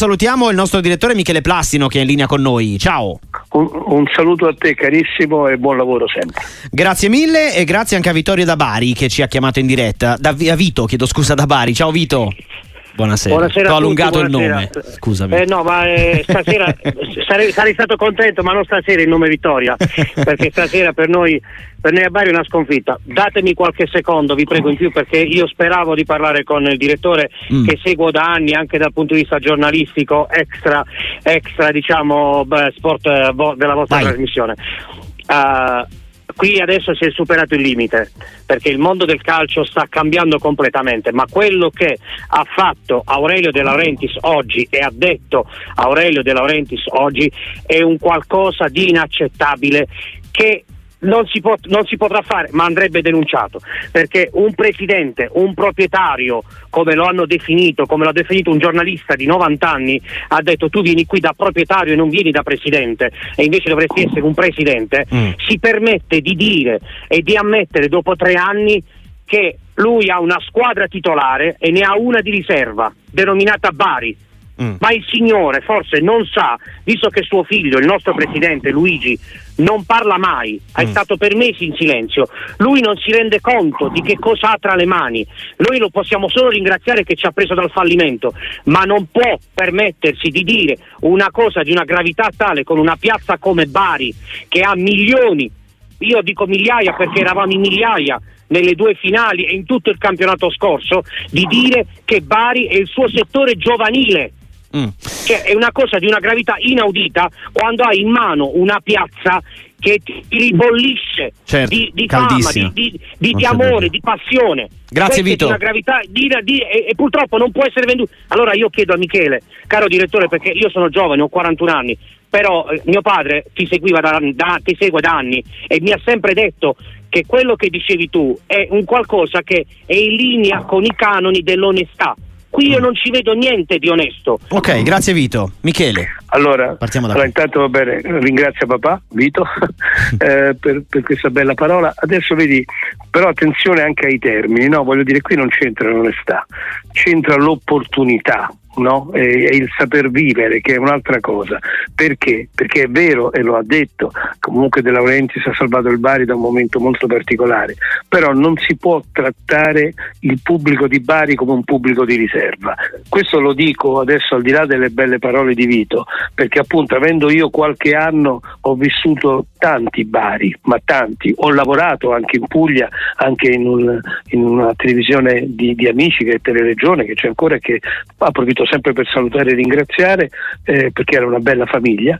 salutiamo il nostro direttore Michele Plastino, che è in linea con noi. Ciao. Un saluto a te carissimo e buon lavoro sempre. Grazie mille, e grazie anche a Vittorio da Bari, che ci ha chiamato in diretta. A Vito, chiedo scusa, da Bari. Ciao Vito. Buonasera. Ti ho allungato il nome, scusami. No, ma stasera sarei stato contento, ma non stasera il nome Vittoria, perché stasera per noi a Bari è una sconfitta. Datemi qualche secondo, vi prego, in più, perché io speravo di parlare con il direttore che seguo da anni, anche dal punto di vista giornalistico, extra diciamo sport della vostra trasmissione. Qui adesso si è superato il limite, perché il mondo del calcio sta cambiando completamente, ma quello che ha fatto Aurelio De Laurentiis oggi e ha detto Aurelio De Laurentiis oggi è un qualcosa di inaccettabile, che non si potrà fare, ma andrebbe denunciato, perché un presidente, un proprietario, come lo ha definito un giornalista di 90 anni, ha detto: tu vieni qui da proprietario e non vieni da presidente, e invece dovresti essere un presidente. Si permette di dire e di ammettere dopo 3 anni che lui ha una squadra titolare e ne ha una di riserva, denominata Bari. Ma il signore forse non sa, visto che suo figlio, il nostro presidente Luigi, non parla mai, è stato per mesi in silenzio, lui non si rende conto di che cosa ha tra le mani. Noi lo possiamo solo ringraziare che ci ha preso dal fallimento, ma non può permettersi di dire una cosa di una gravità tale con una piazza come Bari, che ha milioni, io dico migliaia perché eravamo in migliaia nelle 2 finali e in tutto il campionato scorso, di dire che Bari è il suo settore giovanile. Cioè, è una cosa di una gravità inaudita quando hai in mano una piazza che ti ribollisce, certo, di fama, di amore, di passione. Grazie Vito. Di una gravità e purtroppo non può essere venduto. Allora io chiedo a Michele, caro direttore, perché io sono giovane, ho 41 anni, però mio padre ti segue da anni e mi ha sempre detto che quello che dicevi tu è un qualcosa che è in linea con i canoni dell'onestà. Qui io non ci vedo niente di onesto. Ok, grazie Vito. Michele. Allora, partiamo da qui. Intanto va bene, ringrazio papà Vito per questa bella parola. Adesso vedi, però attenzione anche ai termini, no? Voglio dire, qui non c'entra l'onestà, c'entra l'opportunità, no? E il saper vivere, che è un'altra cosa. Perché? Perché è vero, e lo ha detto, comunque De Laurentiis ha salvato il Bari da un momento molto particolare, però non si può trattare il pubblico di Bari come un pubblico di riserva. Questo lo dico adesso al di là delle belle parole di Vito, perché appunto avendo io qualche anno ho vissuto tanti Bari, ma tanti, ho lavorato anche in Puglia, anche in una televisione di amici, che è Teleregione, che c'è ancora, che approfitto sempre per salutare e ringraziare, perché era una bella famiglia.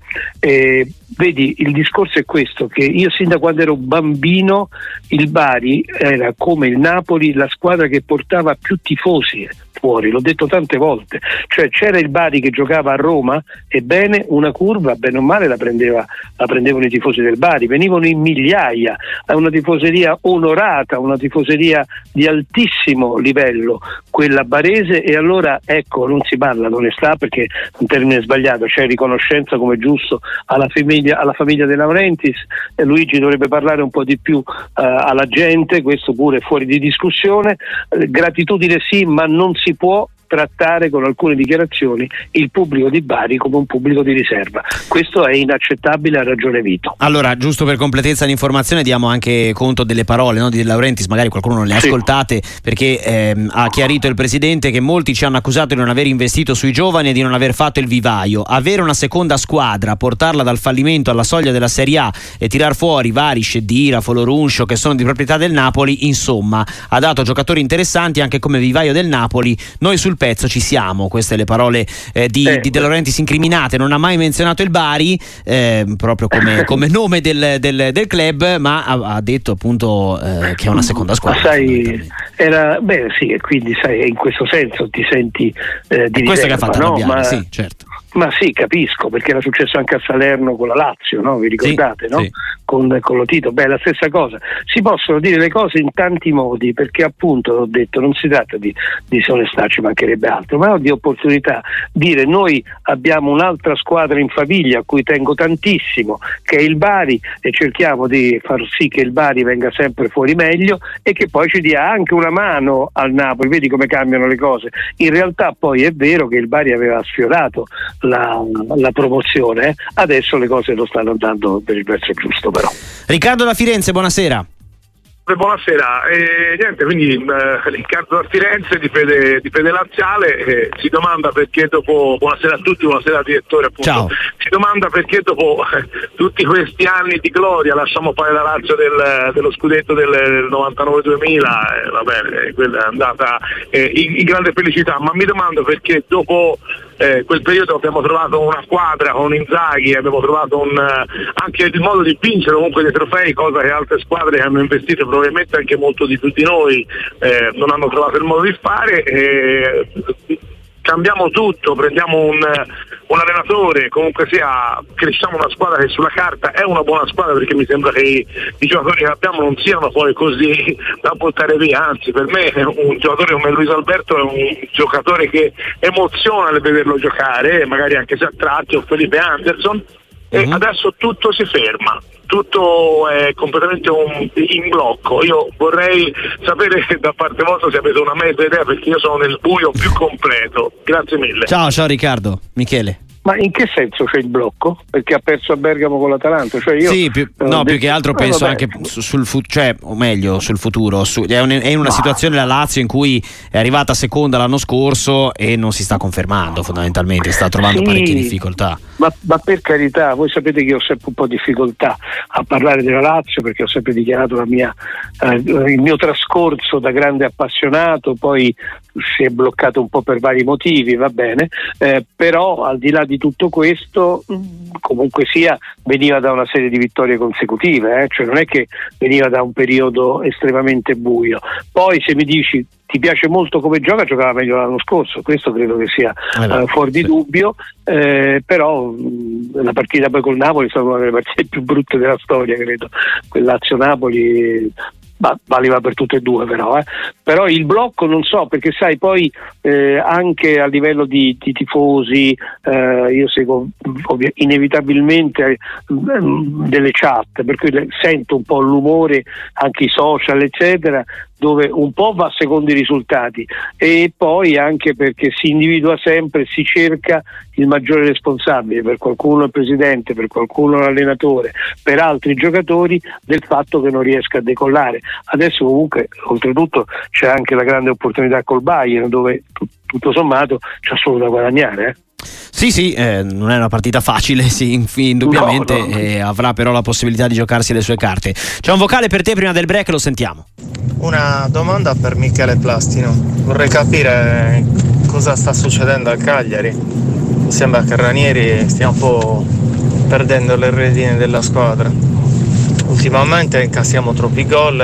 Vedi, il discorso è questo, che io sin da quando ero bambino il Bari era come il Napoli, la squadra che portava più tifosi fuori, l'ho detto tante volte, cioè c'era il Bari che giocava a Roma, ebbene una curva bene o male la prendevano i tifosi del Bari, venivano in migliaia, a una tifoseria onorata, una tifoseria di altissimo livello, quella barese. E allora ecco, non si parla d'onestà perché è un termine sbagliato, c'è riconoscenza come giusto alla famiglia De Laurentiis, e Luigi dovrebbe parlare un po' di più alla gente, questo pure è fuori di discussione. Gratitudine sì, ma non si può trattare con alcune dichiarazioni il pubblico di Bari come un pubblico di riserva. Questo è inaccettabile, ha ragione Vito. Allora, giusto per completezza di informazione, diamo anche conto delle parole, no, di De Laurentiis, magari qualcuno non le ha ascoltate, perché ha chiarito il presidente che molti ci hanno accusato di non aver investito sui giovani e di non aver fatto il vivaio. Avere una seconda squadra, portarla dal fallimento alla soglia della Serie A e tirar fuori vari Sceddira, Foloruncio, che sono di proprietà del Napoli, insomma, ha dato giocatori interessanti anche come vivaio del Napoli. Noi sul pezzo ci siamo, queste le parole di De Laurentiis incriminate. Non ha mai menzionato il Bari proprio come nome del club, ma ha detto appunto che è una seconda squadra. Sai, sì, e quindi sai, in questo senso ti senti di questo che ha fatto no? arrabbiare, sì, certo. Ma sì, capisco, perché era successo anche a Salerno con la Lazio, no? Vi ricordate, sì, no? Sì. Con lo Tito, la stessa cosa. Si possono dire le cose in tanti modi, perché appunto ho detto non si tratta di disonestà, ci mancherebbe altro, ma di opportunità. Dire noi abbiamo un'altra squadra in famiglia a cui tengo tantissimo, che è il Bari, e cerchiamo di far sì che il Bari venga sempre fuori meglio e che poi ci dia anche una mano al Napoli. Vedi come cambiano le cose. In realtà poi è vero che il Bari aveva sfiorato la promozione, adesso le cose non stanno andando per il verso giusto però. Riccardo da Firenze, buonasera. Buonasera, niente, quindi Riccardo da Firenze di Fede Laziale, si domanda perché dopo, buonasera a tutti, buonasera direttore appunto. Ciao. Si domanda perché dopo tutti questi anni di gloria lasciamo fare la Lazio dello scudetto del 99-2000, va bene, quella è andata in grande felicità, ma mi domando perché dopo quel periodo abbiamo trovato una squadra con Inzaghi, abbiamo trovato anche il modo di vincere comunque dei trofei, cosa che altre squadre che hanno investito probabilmente anche molto di più di noi non hanno trovato il modo di fare. Cambiamo tutto, prendiamo un allenatore, comunque sia, cresciamo una squadra che sulla carta è una buona squadra, perché mi sembra che i giocatori che abbiamo non siano poi così da buttare via, anzi per me un giocatore come Luis Alberto è un giocatore che emoziona nel vederlo giocare, magari anche se a tratti, o Felipe Anderson, e adesso tutto si ferma. Tutto è completamente in blocco. Io vorrei sapere da parte vostra se avete una mezza idea, perché io sono nel buio più completo. Grazie mille. Ciao Riccardo. Michele. Ma in che senso c'è il blocco? Perché ha perso a Bergamo con l'Atalanta? Cioè io, sì, più che altro penso anche sul futuro. È in una situazione la Lazio in cui è arrivata seconda l'anno scorso e non si sta confermando, fondamentalmente sta trovando parecchie difficoltà. Ma per carità, voi sapete che ho sempre un po' di difficoltà a parlare della Lazio, perché ho sempre dichiarato il mio trascorso da grande appassionato, poi si è bloccato un po' per vari motivi, va bene, però al di là di tutto questo comunque sia veniva da una serie di vittorie consecutive, cioè non è che veniva da un periodo estremamente buio. Poi se mi dici ti piace molto come gioca, giocava meglio l'anno scorso, questo credo che sia fuori di dubbio, però la partita poi col Napoli è stata una delle partite più brutte della storia, credo, quel Lazio-Napoli valeva per tutte e due, però il blocco non so, perché sai poi anche a livello di tifosi, io seguo inevitabilmente delle chat, per cui sento un po' l'umore, anche i social eccetera, dove un po' va secondo i risultati e poi anche perché si individua sempre, si cerca il maggiore responsabile, per qualcuno il presidente, per qualcuno l'allenatore, per altri giocatori, del fatto che non riesca a decollare. Adesso comunque oltretutto c'è anche la grande opportunità col Bayern, dove tutto sommato c'è solo da guadagnare. Sì, non è una partita facile, sì, indubbiamente, no. Avrà però la possibilità di giocarsi le sue carte. C'è un vocale per te prima del break, lo sentiamo. Una domanda per Michele Plastino. Vorrei capire cosa sta succedendo al Cagliari. Mi sembra che Ranieri stia un po' perdendo le redini della squadra. Ultimamente incassiamo troppi gol,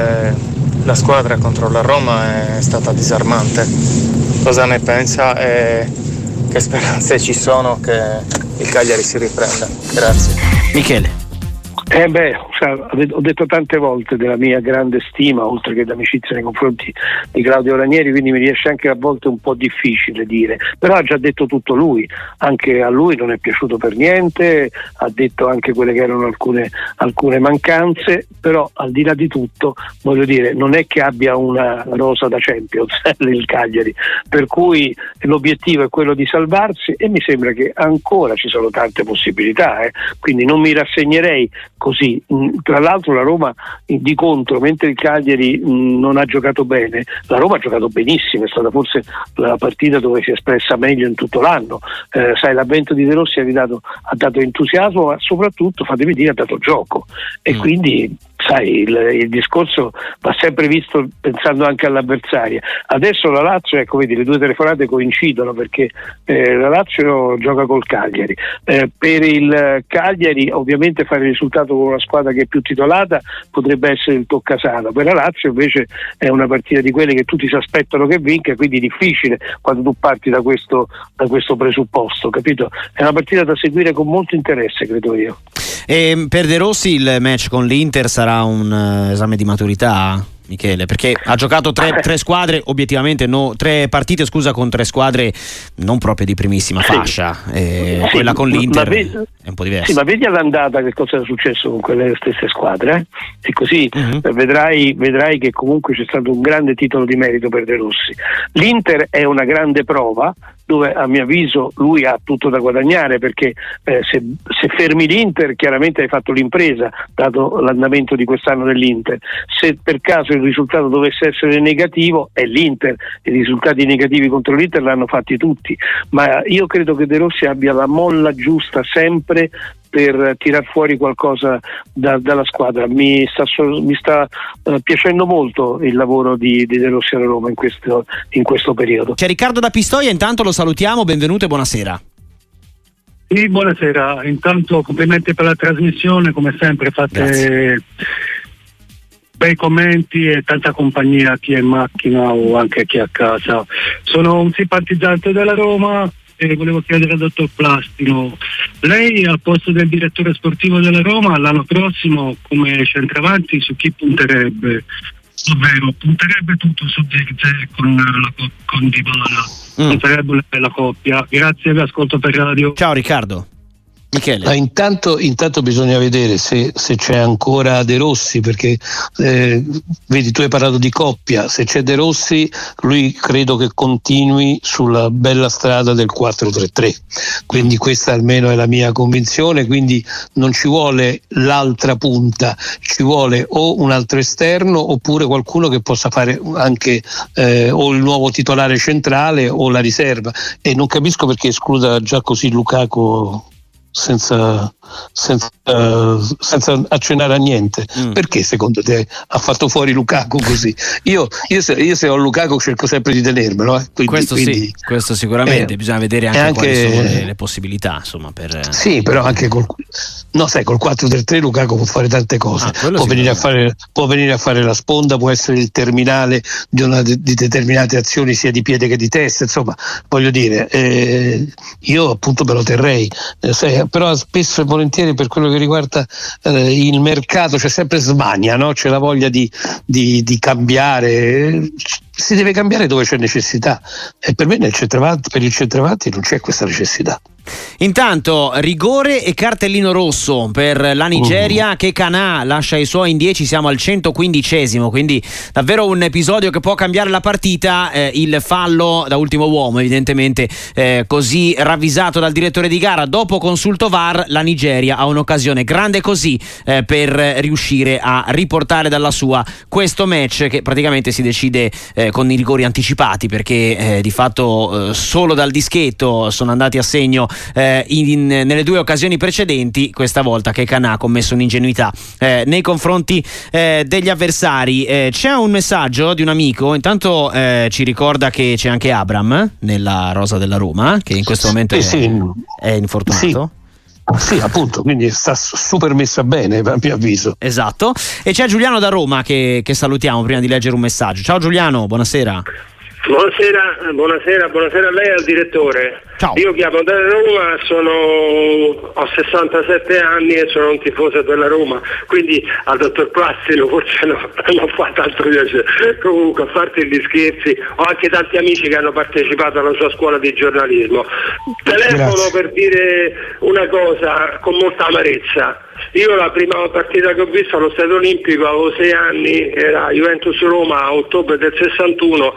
la squadra contro la Roma è stata disarmante. Cosa ne pensa e che speranze ci sono che il Cagliari si riprenda? Grazie. Michele. Ho detto tante volte della mia grande stima, oltre che d'amicizia nei confronti di Claudio Ranieri, quindi mi riesce anche a volte un po' difficile dire, però ha già detto tutto lui, anche a lui non è piaciuto per niente, ha detto anche quelle che erano alcune mancanze, però al di là di tutto voglio dire, non è che abbia una rosa da Champions il Cagliari, per cui l'obiettivo è quello di salvarsi e mi sembra che ancora ci sono tante possibilità, quindi non mi rassegnerei così. Tra l'altro la Roma di contro, mentre il Cagliari non ha giocato bene, la Roma ha giocato benissimo, è stata forse la partita dove si è espressa meglio in tutto l'anno, sai, l'avvento di De Rossi ha dato entusiasmo, ma soprattutto, fatemi dire, ha dato gioco e quindi sai, il discorso va sempre visto pensando anche all'avversaria. Adesso la Lazio, ecco, vedi, le due telefonate coincidono perché la Lazio gioca col Cagliari, per il Cagliari ovviamente fare il risultato con una squadra che che è più titolata potrebbe essere il toccasana. Per la Lazio invece è una partita di quelle che tutti si aspettano che vinca, quindi è difficile quando tu parti da questo presupposto, capito? È una partita da seguire con molto interesse, credo io. E per De Rossi il match con l'Inter sarà un esame di maturità, Michele, perché ha giocato tre squadre, obiettivamente tre partite con tre squadre non proprio di primissima fascia, quella con l'Inter è un po' diversa. Sì, ma vedi all'andata che cosa è successo con quelle stesse squadre, e così vedrai che comunque c'è stato un grande titolo di merito per De Rossi. L'Inter è una grande prova dove a mio avviso lui ha tutto da guadagnare, perché se fermi l'Inter chiaramente hai fatto l'impresa, dato l'andamento di quest'anno dell'Inter. Se per caso il risultato dovesse essere negativo, è l'Inter, i risultati negativi contro l'Inter l'hanno fatti tutti, ma io credo che De Rossi abbia la molla giusta sempre per tirar fuori qualcosa dalla squadra. Mi sta piacendo molto il lavoro di De Rossi alla Roma in questo periodo. C'è Riccardo da Pistoia, intanto lo salutiamo, benvenuto e buonasera. Sì, buonasera, intanto complimenti per la trasmissione, come sempre fate bei commenti e tanta compagnia a chi è in macchina o anche a chi è a casa. Sono un simpatizzante della Roma e volevo chiedere al dottor Plastino, lei al posto del direttore sportivo della Roma l'anno prossimo come centravanti su chi punterebbe? Ovvero punterebbe tutto su Zirkzee con Dybala, punterebbe la coppia. Grazie, vi ascolto per radio. Ciao Riccardo. Michele. Intanto bisogna vedere se c'è ancora De Rossi, perché vedi, tu hai parlato di coppia, se c'è De Rossi lui credo che continui sulla bella strada del 4-3-3, quindi questa almeno è la mia convinzione, quindi non ci vuole l'altra punta, ci vuole o un altro esterno oppure qualcuno che possa fare anche o il nuovo titolare centrale o la riserva, e non capisco perché escluda già così Lukaku senza accennare a niente. Perché secondo te ha fatto fuori Lukaku così? Io se ho Lukaku cerco sempre di tenermelo, quindi questo sicuramente bisogna vedere anche quali sono le possibilità, insomma, sì, però anche col 4-3-3 Lukaku può fare tante cose, può venire a fare la sponda, può essere il terminale di determinate azioni sia di piede che di testa, insomma, voglio dire, io appunto me lo terrei, però spesso e volentieri per quello che riguarda il mercato c'è sempre smania, no? C'è la voglia di cambiare, si deve cambiare dove c'è necessità, e per me per il centravanti non c'è questa necessità. Intanto rigore e cartellino rosso per la Nigeria, che Kanà lascia i suoi in 10, siamo al 115esimo, quindi davvero un episodio che può cambiare la partita, il fallo da ultimo uomo evidentemente così ravvisato dal direttore di gara dopo consulto VAR. La Nigeria ha un'occasione grande così per riuscire a riportare dalla sua questo match, che praticamente si decide con i rigori anticipati, perché di fatto solo dal dischetto sono andati a segno nelle due occasioni precedenti, questa volta che Kanà ha commesso un'ingenuità nei confronti degli avversari. C'è un messaggio di un amico, intanto ci ricorda che c'è anche Abram nella rosa della Roma, che in questo momento è infortunato. Sì, appunto, quindi sta super messa bene a mio avviso. Esatto. E c'è Giuliano da Roma che salutiamo prima di leggere un messaggio. Ciao Giuliano, buonasera. Buonasera a lei e al direttore. Ciao. Io chiamo da Roma, ho 67 anni e sono un tifoso della Roma, quindi al dottor Plastino forse non fa tanto piacere. Comunque, a parte gli scherzi, ho anche tanti amici che hanno partecipato alla sua scuola di giornalismo. Telefono per dire una cosa con molta amarezza. Io la prima partita che ho visto allo Stadio Olimpico avevo 6 anni, era Juventus-Roma a ottobre del 61.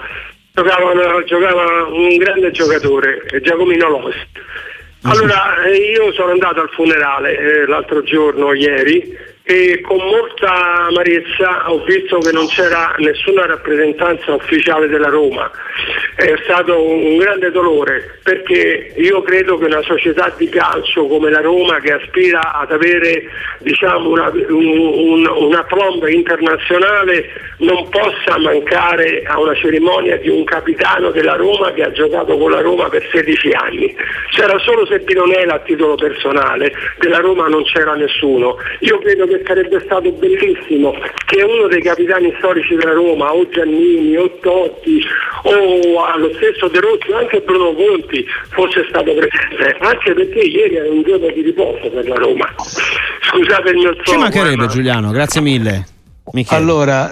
Giocava un grande giocatore, Giacomino Losi. Allora io sono andato al funerale l'altro giorno, ieri, e con molta amarezza ho visto che non c'era nessuna rappresentanza ufficiale della Roma. È stato un grande dolore, perché io credo che una società di calcio come la Roma, che aspira ad avere, diciamo, una plomba internazionale, non possa mancare a una cerimonia di un capitano della Roma che ha giocato con la Roma per 16 anni. C'era solo Seppinonella a titolo personale, della Roma non c'era nessuno. Io credo che che sarebbe stato bellissimo che uno dei capitani storici della Roma, o Giannini o Totti o allo stesso De Rossi o anche Bruno Conti fosse stato presente, anche perché ieri era un giorno di riposo per la Roma. Scusate il mio ci mancherebbe, Giuliano, grazie mille. Michele. Allora,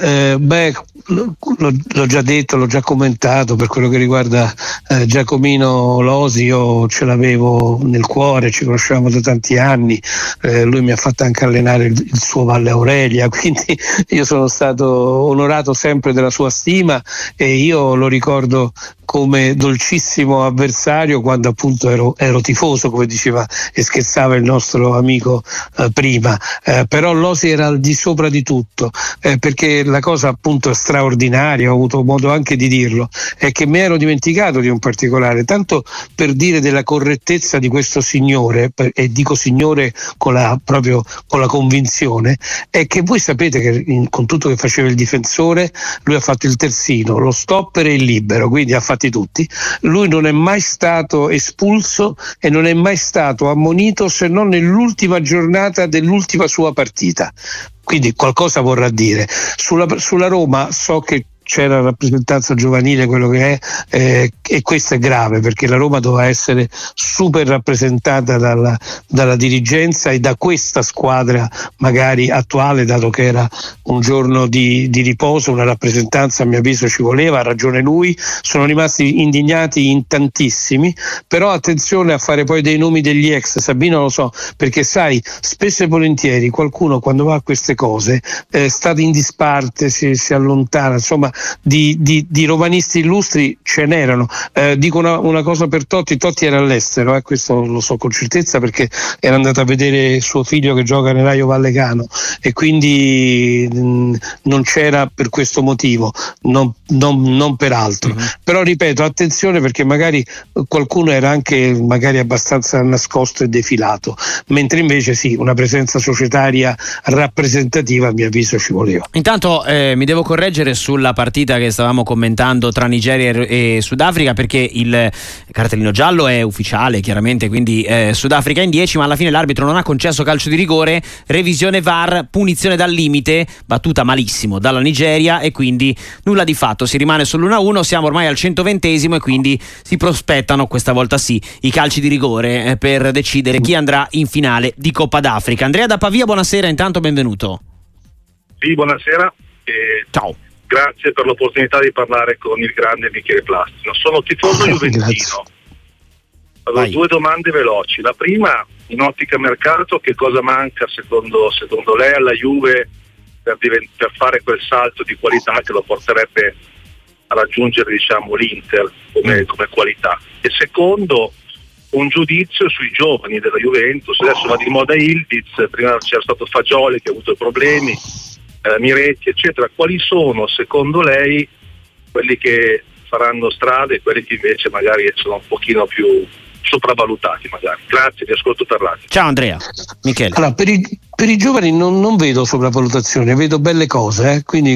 l'ho già detto, l'ho già commentato per quello che riguarda Giacomino Losi. Io ce l'avevo nel cuore, ci conoscevamo da tanti anni, lui mi ha fatto anche allenare il suo Valle Aurelia, quindi io sono stato onorato sempre della sua stima e io lo ricordo come dolcissimo avversario quando appunto ero tifoso, come diceva e scherzava il nostro amico prima, però Losi era al di sopra di tutto, perché la cosa appunto straordinaria, ho avuto modo anche di dirlo, è che mi ero dimenticato di un particolare, tanto per dire della correttezza di questo signore, e dico signore proprio con la convinzione, è che voi sapete che con tutto che faceva il difensore, lui ha fatto il terzino, lo stopper e il libero, quindi ha fatti tutti. Lui non è mai stato espulso e non è mai stato ammonito se non nell'ultima giornata dell'ultima sua partita, quindi qualcosa vorrà dire. Sulla Roma so che c'era rappresentanza giovanile, quello che è, e questo è grave perché la Roma doveva essere super rappresentata dalla dirigenza e da questa squadra magari attuale, dato che era un giorno di riposo, una rappresentanza a mio avviso ci voleva, ha ragione lui, sono rimasti indignati in tantissimi, però attenzione a fare poi dei nomi degli ex. Sabino lo so, perché sai, spesso e volentieri qualcuno quando va a queste cose sta in disparte, si allontana, insomma di romanisti illustri ce n'erano. Dico una cosa per Totti era all'estero, questo lo so con certezza perché era andato a vedere suo figlio che gioca nel Raio Vallecano e quindi non c'era per questo motivo, non per altro. Però ripeto, attenzione perché magari qualcuno era anche magari abbastanza nascosto e defilato, mentre invece sì, una presenza societaria rappresentativa a mio avviso ci voleva. Intanto mi devo correggere sulla partita che stavamo commentando tra Nigeria e Sudafrica, perché il cartellino giallo è ufficiale chiaramente, quindi Sudafrica in 10, ma alla fine l'arbitro non ha concesso calcio di rigore, revisione VAR, punizione dal limite battuta malissimo dalla Nigeria e quindi nulla di fatto, si rimane sull'1-1, siamo ormai al 120esimo e quindi si prospettano questa volta sì i calci di rigore per decidere chi andrà in finale di Coppa d'Africa. Andrea da Pavia, buonasera, intanto benvenuto. Sì, buonasera. Ciao. Grazie per l'opportunità di parlare con il grande Michele Plastino. Sono tifoso juventino. Allora, due domande veloci. La prima, in ottica mercato, che cosa manca secondo lei alla Juve per fare quel salto di qualità che lo porterebbe a raggiungere, diciamo, l'Inter come qualità? E secondo, un giudizio sui giovani della Juventus. Adesso va di moda Ildiz, prima c'era stato Fagioli che ha avuto problemi, Miretti eccetera. Quali sono secondo lei quelli che faranno strada e quelli che invece magari sono un pochino più sopravvalutati magari? Grazie, vi ascolto per radio. Ciao Andrea. Michele. Allora, per i giovani non vedo sopravvalutazione, vedo belle cose, quindi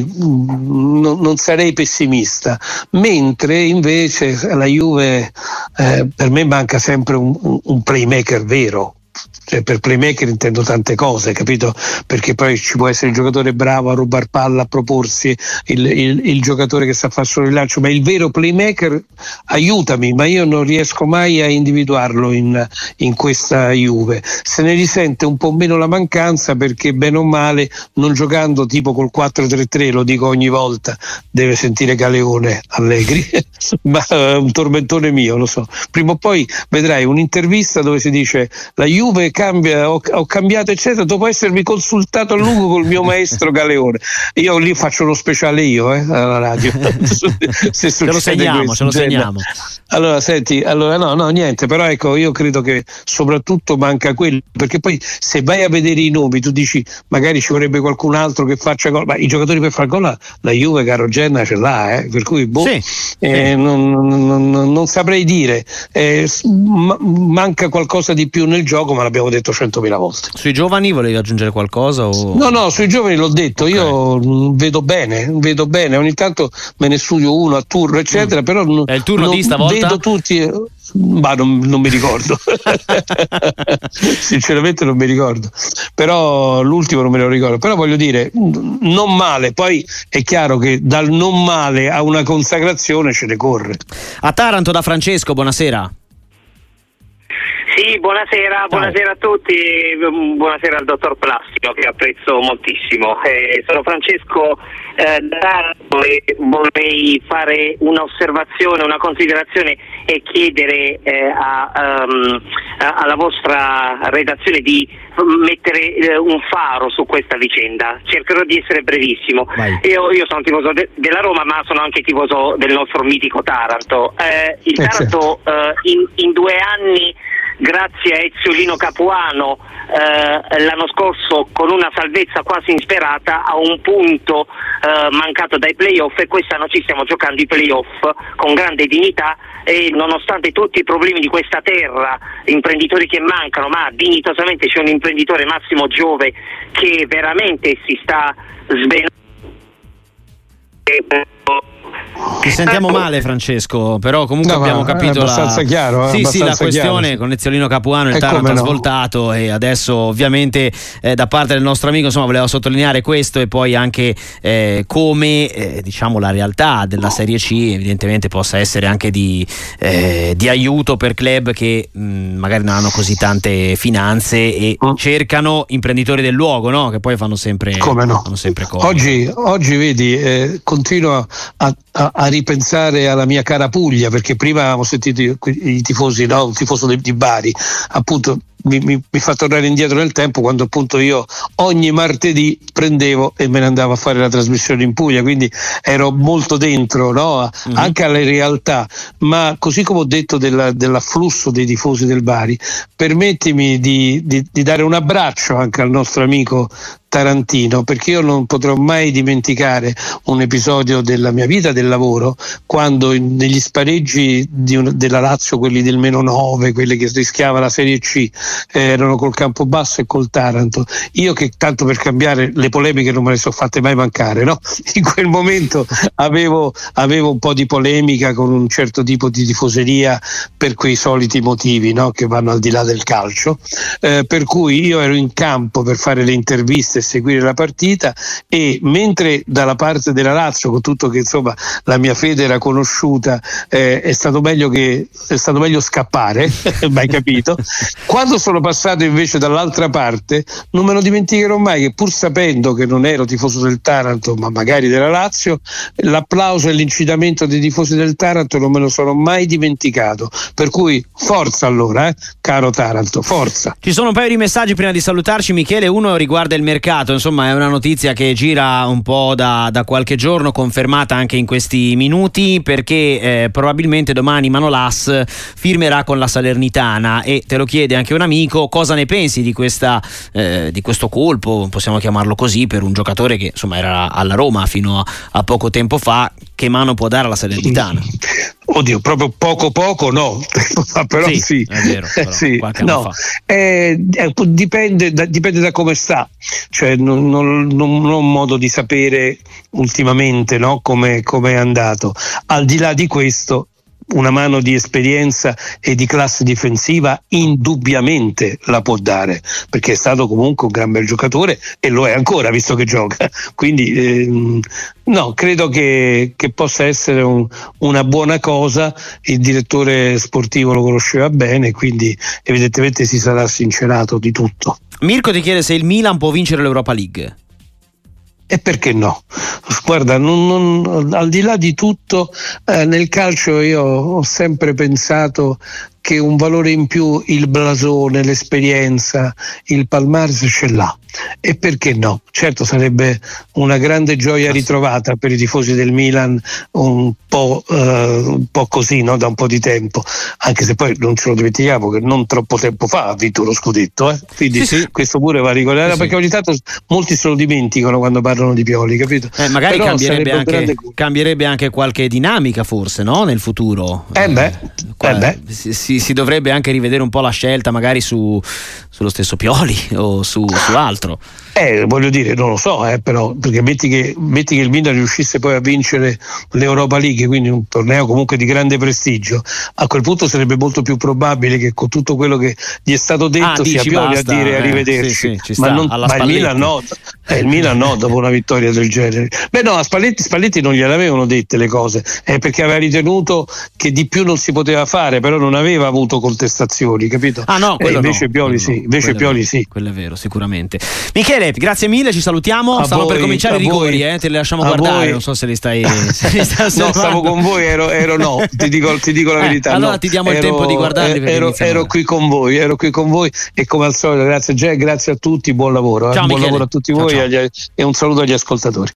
non sarei pessimista, mentre invece alla Juve per me manca sempre un playmaker vero. Cioè, per playmaker intendo tante cose, capito? Perché poi ci può essere il giocatore bravo a rubare palla, a proporsi, il giocatore che sa fare solo il lancio, ma il vero playmaker, aiutami, ma io non riesco mai a individuarlo in questa Juve. Se ne risente un po' meno la mancanza perché bene o male, non giocando tipo col 4-3-3, lo dico ogni volta, deve sentire Galeone Allegri ma un tormentone mio, lo so. Prima o poi vedrai un'intervista dove si dice la Juve cambia, ho cambiato eccetera, dopo essermi consultato a lungo col mio maestro Galeone. Io lì faccio uno speciale io alla radio se ce lo segniamo. Allora senti, no niente, però ecco, io credo che soprattutto manca quello, perché poi se vai a vedere i nomi tu dici magari ci vorrebbe qualcun altro che faccia gol, ma i giocatori per far gol la Juve, caro Genna, ce l'ha, per cui non saprei dire, manca qualcosa di più nel gioco, ma l'abbiamo l'abbiamo detto 100.000 volte. Sui giovani volevi aggiungere qualcosa? O... No, sui giovani l'ho detto, okay. Io vedo bene, ogni tanto me ne studio uno a turno eccetera, però è il turno di stavolta? Vedo tutti, ma non mi ricordo. Sinceramente non mi ricordo, però l'ultimo non me lo ricordo, però voglio dire, non male. Poi è chiaro che dal non male a una consacrazione ce ne corre. A Taranto da Francesco, buonasera. Sì, buonasera a tutti, buonasera al dottor Plastico, che apprezzo moltissimo. Sono Francesco da Taranto e vorrei fare un'osservazione, una considerazione e chiedere alla vostra redazione di mettere un faro su questa vicenda. Cercherò di essere brevissimo. Io sono tifoso della Roma, ma sono anche tifoso del nostro mitico Taranto. Il Taranto in 2 anni, grazie a Eziolino Capuano, l'anno scorso con una salvezza quasi insperata a un punto mancato dai playoff, e quest'anno ci stiamo giocando i playoff con grande dignità, e nonostante tutti i problemi di questa terra, imprenditori che mancano, ma dignitosamente c'è un imprenditore, Massimo Giove, che veramente si sta svelando. Ti sentiamo male, Francesco, però comunque abbiamo capito abbastanza chiaro, la questione chiaro. Con Eziolino Capuano il Taranto ha svoltato, e adesso ovviamente da parte del nostro amico, insomma, voleva sottolineare questo, e poi anche come diciamo la realtà della Serie C evidentemente possa essere anche di aiuto per club che magari non hanno così tante finanze e cercano imprenditori del luogo, no? Che poi fanno sempre cose. Oggi vedi, continuo a ripensare alla mia cara Puglia, perché prima avevamo sentito i tifosi, no? Un tifoso di Bari, appunto. Mi fa tornare indietro nel tempo, quando appunto io ogni martedì prendevo e me ne andavo a fare la trasmissione in Puglia, quindi ero molto dentro, no? Anche alle realtà. Ma così come ho detto dell'afflusso dei tifosi del Bari, permettimi di dare un abbraccio anche al nostro amico tarantino, perché io non potrò mai dimenticare un episodio della mia vita, del lavoro, quando negli spareggi della Lazio, quelli del -9, quelli che rischiava la Serie C, erano col Campobasso e col Taranto. Io, che tanto per cambiare le polemiche non me le sono fatte mai mancare, no? In quel momento avevo un po' di polemica con un certo tipo di tifoseria per quei soliti motivi, no? Che vanno al di là del calcio, per cui io ero in campo per fare le interviste, seguire la partita, e mentre dalla parte della Lazio, con tutto che insomma la mia fede era conosciuta, è stato meglio scappare, mai capito. Quando sono passato invece dall'altra parte, non me lo dimenticherò mai che, pur sapendo che non ero tifoso del Taranto ma magari della Lazio, l'applauso e l'incitamento dei tifosi del Taranto non me lo sono mai dimenticato, per cui forza allora, caro Taranto, forza. Ci sono un paio di messaggi prima di salutarci, Michele. Uno riguarda il mercato, insomma è una notizia che gira un po' da qualche giorno, confermata anche in questi minuti, perché probabilmente domani Manolas firmerà con la Salernitana, e te lo chiede anche un amico: cosa ne pensi di questo colpo, possiamo chiamarlo così, per un giocatore che insomma era alla Roma fino a poco tempo fa? Che mano può dare alla Salernitana? Oddio, proprio poco no, però sì, è vero, però sì, no, dipende da come sta, cioè non ho modo di sapere ultimamente, no, come è andato. Al di là di questo, una mano di esperienza e di classe difensiva indubbiamente la può dare, perché è stato comunque un gran bel giocatore e lo è ancora, visto che gioca, quindi no, credo che possa essere una buona cosa. Il direttore sportivo lo conosceva bene, quindi evidentemente si sarà sincerato di tutto. Mirko ti chiede se il Milan può vincere l'Europa League. E perché no? Guarda, al di là di tutto, nel calcio io ho sempre pensato che un valore in più il blasone, l'esperienza, il palmarès ce l'ha. E perché no? Certo, sarebbe una grande gioia ritrovata per i tifosi del Milan, un po' così, no? Da un po' di tempo, anche se poi non ce lo dimentichiamo che non troppo tempo fa ha vinto lo scudetto, quindi sì. Questo pure va ricordato, perché ogni tanto molti se lo dimenticano quando parlano di Pioli, capito? Magari cambierebbe anche qualche dinamica, forse, no? Nel futuro. Si dovrebbe anche rivedere un po' la scelta, magari su sullo stesso Pioli o su altro. Voglio dire, non lo so, però, perché metti che il Milan riuscisse poi a vincere l'Europa League, quindi un torneo comunque di grande prestigio, a quel punto sarebbe molto più probabile che con tutto quello che gli è stato detto sia Pioli a dire arrivederci. Sì, ma il Milan no, il Milan no, dopo una vittoria del genere. Beh no, a Spalletti non gliel'avevano dette le cose, perché aveva ritenuto che di più non si poteva fare, però non aveva avuto contestazioni, capito? Invece Pioli sì. Quello è vero, sicuramente. Michele, grazie mille, ci salutiamo. Stanno per cominciare i rigori, te li lasciamo guardare. Non so se li stai no, stavo con voi, ero no, ti dico la verità. Allora ti diamo il tempo di guardarli. Ero qui con voi e come al solito grazie a tutti, buon lavoro. Ciao, buon lavoro a tutti voi. E un saluto agli ascoltatori.